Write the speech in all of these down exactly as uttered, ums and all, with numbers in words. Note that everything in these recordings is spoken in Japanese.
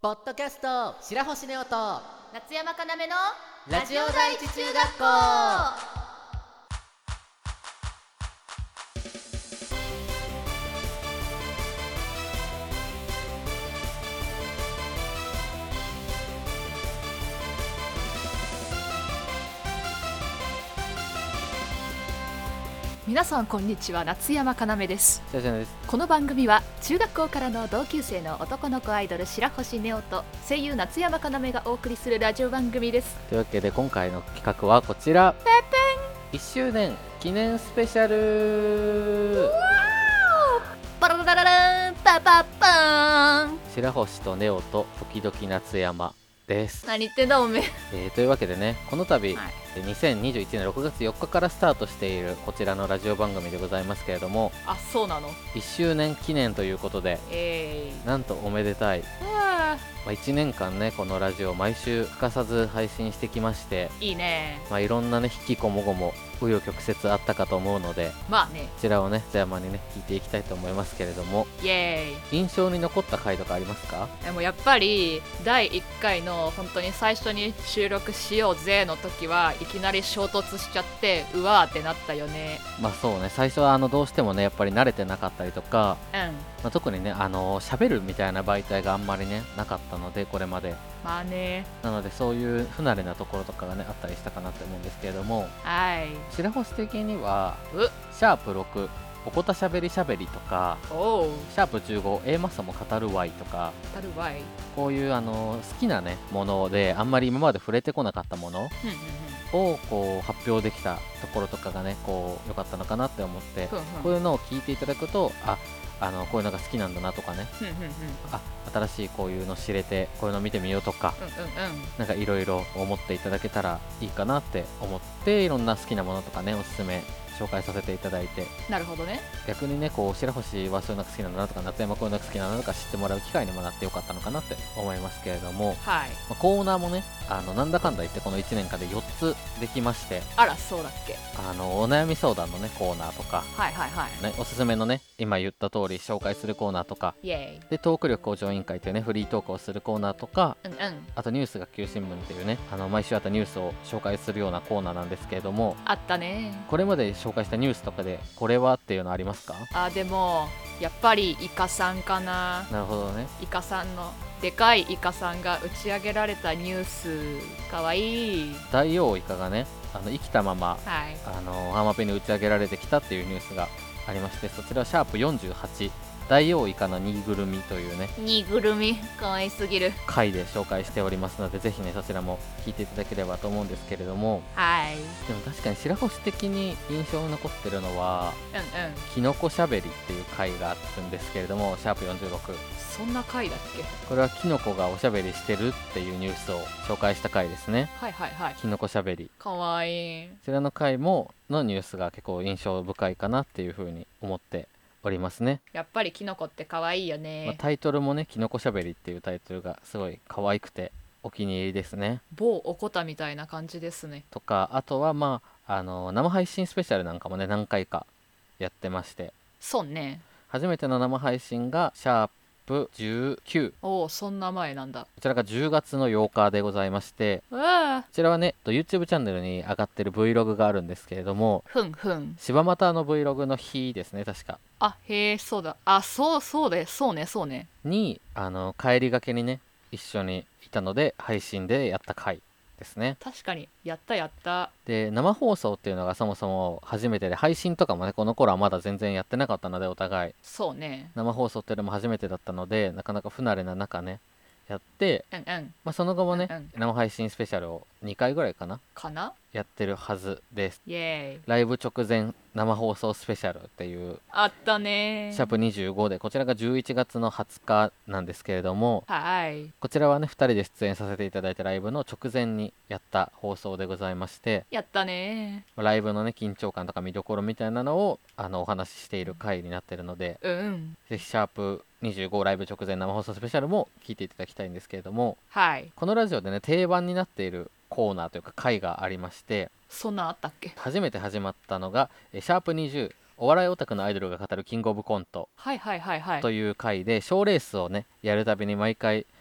ポッドキャスト白星ネオと夏山かなめのラジオ第一中学校。 皆さんこんにちは、夏山かなめです。 先生です。 この番組は中学校からの同級生の男の子アイドル白星ネオと声優夏山かなめがお送りするラジオ番組です。 というわけで今回の企画はこちら、 ペペいっしゅうねん記念スペシャル。 パラララランパパッパーン。 白星とネオと時々夏山です。 何言ってんだおめえ、 えー、というわけでね、この度、 はい、 にせんにじゅういちねんろくがつよっかからスタートしているこちらのラジオ番組でございますけれども、 あ、そうなの。 いっしゅうねん記念ということで、 えー、 なんとおめでたい、 あまあ、いちねんかんねこのラジオ毎週欠かさず配信してきまして、 いいね。 まあ、いろんなね引きこもごも紆余曲折あったかと思うので、 まあね、 こちらをねざやまにね聞いていきたいと思いますけれども、 イエーイ。 印象に残った回とかありますか？ でもやっぱりだいいっかいの本当に最初に収録しようぜの時はいきなり衝突しちゃってうわーってなったよね。 まあそうね、最初はあのどうしてもねやっぱり慣れてなかったりとか、 うん、 まあ、特にねあの喋るみたいな媒体があんまりねなかったのでこれまで、 まあね、 なのでそういう不慣れなところとかがねあったりしたかなって思うんですけれども、 はい、 白星的にはうシャープろくおこたしゃべりしゃべりとか、 おう、 シャープじゅうご A マッソも語るわいとか、 たるわい。 こういうあの好きなねものであんまり今まで触れてこなかったものふんふんをこう発表できたところとかがねこう良かったのかなって思って、 ふんふんこういうのを聞いていただくと、ああのこういうのが好きなんだなとかね、 ふんふんふんあ新しいこういうの知れてこういうの見てみようとか、 うんうんうん、 なんかいろいろ思っていただけたらいいかなって思って、いろんな好きなものとかねおすすめ紹介させていただいて、 なるほどね。 逆にねこう白星はそういうのが好きなんだなとか、夏山こういうのが好きなんだなとか知ってもらう機会にもなってよかったのかなって思いますけれども、 はい。 まあ、コーナーもねあのなんだかんだ言ってこのいちねんかんでよっつできまして、 あら、そうだっけ。 あのお悩み相談のねコーナーとか、 はいはいはい、 ね、おすすめのね今言った通り紹介するコーナーとかイエーイ。 で、トーク力向上委員会というねフリートークをするコーナーとか、 うんうん、 あとニュース学級新聞というねあの毎週あったニュースを紹介するようなコーナーなんですけれども、 あったね。 これまで紹介したニュースとかでこれはっていうのありますか？ あ、でもやっぱりイカさんかな。 なるほどね。 イカさんのでかいイカさんが打ち上げられたニュース、かわいい。 ダイオウイカがねあの生きたままはい、 あのハマペに打ち上げられてきたっていうニュースがありまして、そちらはシャープよんじゅうはちダイオウイカのぬいぐるみというねぬいぐるみかわいすぎる。 回で紹介しておりますので、ぜひねそちらも聞いていただければと思うんですけれども、 はい、 でも確かに白星的に印象に残ってるのはうんうん、 キノコしゃべりっていう回があるんですけれども、シャープよんじゅうろく、 そんな回だっけ。 これはキノコがおしゃべりしてるっていうニュースを紹介した回ですね。 はいはいはい、 キノコしゃべり、 かわいい。 こちらの回ものニュースが結構印象深いかなっていうふうに思っておりますね。 やっぱりキノコってかわいいよまあ、 ね。 タイトルもねキノコしゃべりっていうタイトルがすごい可愛くてお気に入りですね。 某おこたみたいな感じですね。 とか、あとはまああの生配信スペシャルなんかもね何回かやってまして、 そうね。 初めての生配信がシャープじゅうきゅう、 おお、そんな前なんだ。 こちらがじゅうがつのようかでございまして、 うわこちらはね YouTube チャンネルに上がってる Vlog があるんですけれども、 ー、ふんふん。 柴又の Vlog の日ですね確かあ、へえ、そうだ。あ、そうそうで、そうねそうね。 にあの帰りがけにね一緒にいたので配信でやった回ですね。 確かにやったやった。 で生放送っていうのがそもそも初めてで、配信とかもねこの頃はまだ全然やってなかったので、お互いそうね。 生放送っていうのも初めてだったので、なかなか不慣れな中ねやって、 うんうん、 まあ、その後もね、 うんうん、 生配信スペシャルをにかいぐらいかなかな。 やってるはずです。 イエーイ。 ライブ直前生放送スペシャルっていうあったね。 シャープにじゅうごで、こちらがじゅういちがつのはつかなんですけれども、 はい。 こちらはねふたりで出演させていただいたライブの直前にやった放送でございまして、 やったね。 ライブのね緊張感とか見どころみたいなのをあのお話ししている回になっているので、 うん。 ぜひシャープにじゅうごライブ直前生放送スペシャルも聞いていただきたいんですけれども、 はい。 このラジオでね定番になっているコーナーというか回がありまして、 そんなんあったっけ。 初めて始まったのがえシャープにじゅうお笑いオタクのアイドルが語るキングオブコントはいはいはいはい。 という回で、賞レースをねやるたびに毎回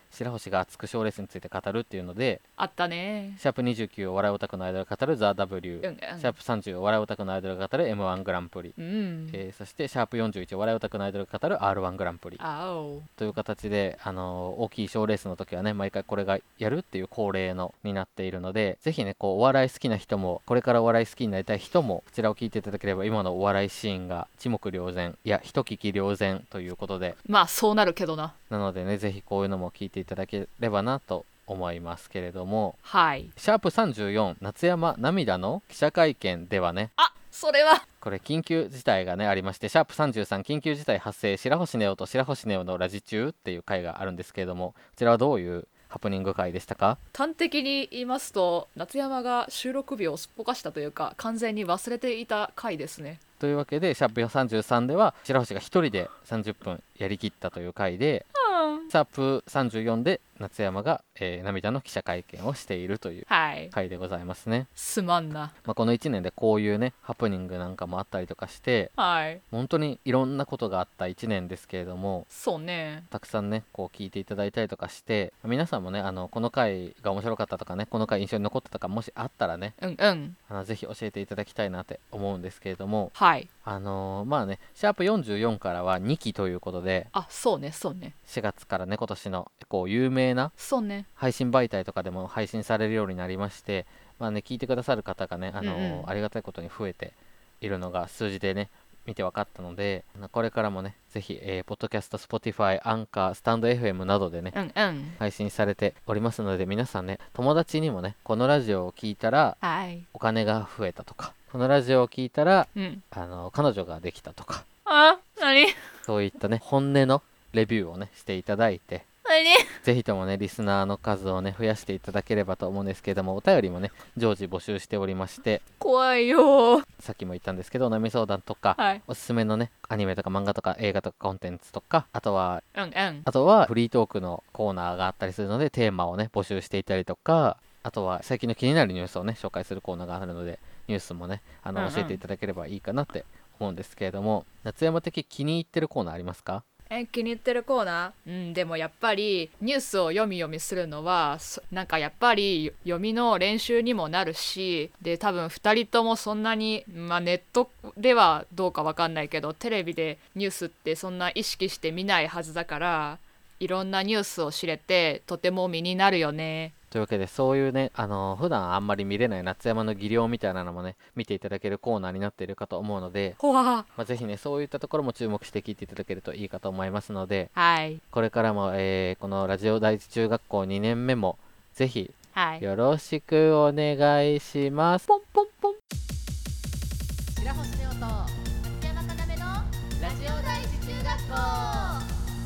白星が熱く賞レースについて語るっていうので、 あったね。 シャープにじゅうきゅうお笑いオタクのアイドルが語るザ・ W、 うんうん、 シャープさんじゅうお笑いオタクのアイドルが語る エムワン グランプリ、 うんえーそしてシャープよんじゅういちお笑いオタクのアイドルが語る アールワン グランプリあおという形で、あのー大きい賞レースの時はね毎回これがやるっていう恒例のになっているので、ぜひねこうお笑い好きな人もこれからお笑い好きになりたい人もこちらを聞いていただければ今のお笑いシーンが一目瞭然、いや一聞き瞭然ということで、 まあそうなるけどな。 なのでねぜひこういうのも聞いていただければなと思いますけれども、 はいシャープさんじゅうよん夏山涙の記者会見ではね、 あそれはこれ緊急事態がねありまして、シャープさんじゅうさん緊急事態発生白星ネオと白星ネオのラジ中っていう回があるんですけれども、こちらはどういうハプニング回でしたか？ 端的に言いますと夏山が収録日をすっぽかしたというか完全に忘れていた回ですね。 というわけでシャープさんじゅうさんでは白星がひとりでさんじゅっぷんやりきったという回で、シャープさんじゅうよんで夏山が、えー涙の記者会見をしているというはい回でございますね。 すまんな。 まあ、このいちねんでこういうねハプニングなんかもあったりとかしてはい本当にいろんなことがあったいちねんですけれども、 そうね。 たくさんねこう聞いていただいたりとかして、皆さんもねあのこの回が面白かったとかね、この回印象に残ってたかもしあったらね、 うんうんあのぜひ教えていただきたいなって思うんですけれども、 はいあのーまあねシャープよんじゅうよんからはにきということで、 あそうねそうねしがつからね今年のこう有名なそうね配信媒体とかでも配信されるようになりまして、まあね聞いてくださる方がね、あのーうんうんありがたいことに増えているのが数字でね見て分かったので、これからもねぜひ、えー、ポッドキャスト、スポティファイ、アンカー、スタンド エフエム などでね、 うんうん配信されておりますので、皆さんね友達にもねこのラジオを聞いたらはいお金が増えたとか、このラジオを聞いたらうんあの彼女ができたとか、 あ何そういったね本音のレビューをねしていただいて、 何ぜひともねリスナーの数をね増やしていただければと思うんですけれども、お便りもね常時募集しておりまして、 怖いよ。 さっきも言ったんですけどお悩み相談とか、 はいおすすめのねアニメとか漫画とか映画とかコンテンツとか、あとはうんうんあとはフリートークのコーナーがあったりするのでテーマをね募集していたりとか、あとは最近の気になるニュースをね紹介するコーナーがあるのでニュースもねあの、 うんうん教えていただければいいかなって思うんですけれども、夏山的気に入ってるコーナーありますか？ え気に入ってるコーナー、うん、でもやっぱりニュースを読み読みするのはそなんかやっぱり読みの練習にもなるし、で多分ふたりともそんなに、まあ、ネットではどうかわかんないけどテレビでニュースってそんな意識して見ないはずだから、いろんなニュースを知れてとても身になるよね。 というわけでそういうね、あのー普段あんまり見れない夏山の技量みたいなのもね見ていただけるコーナーになっているかと思うので、 ほわまあ、ぜひねそういったところも注目して聞いていただけるといいかと思いますので、 はいこれからも、えーこのラジオ第一中学校にねんめもぜひはいよろしくお願いします。ポンポンポン。 白星ネオと松山かなめのラジオ第一中学校。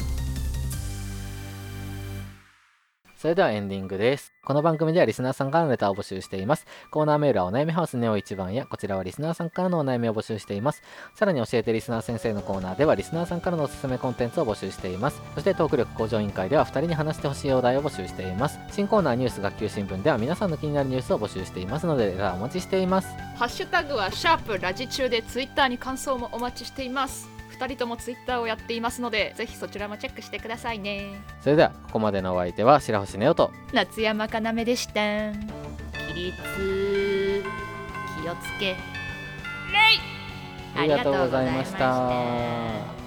それではエンディングです。この番組ではリスナーさんからのレターを募集しています。コーナーメールはお悩みハウスネオ一番や、こちらはリスナーさんからのお悩みを募集しています。さらに教えてリスナー先生のコーナーではリスナーさんからのおすすめコンテンツを募集しています。そしてトーク力向上委員会ではふたりに話してほしいお題を募集しています。新コーナーニュース学級新聞では皆さんの気になるニュースを募集していますので、レターお待ちしています。 ハッシュタグはシャープラジ中でツイッターに感想もお待ちしています。ふたりともツイッターをやっていますのでぜひそちらもチェックしてくださいね。 それではここまでのお相手は白星ネオと夏山かなめでした。 起立、気をつけ。 ありがとうございましありがとうございましたた。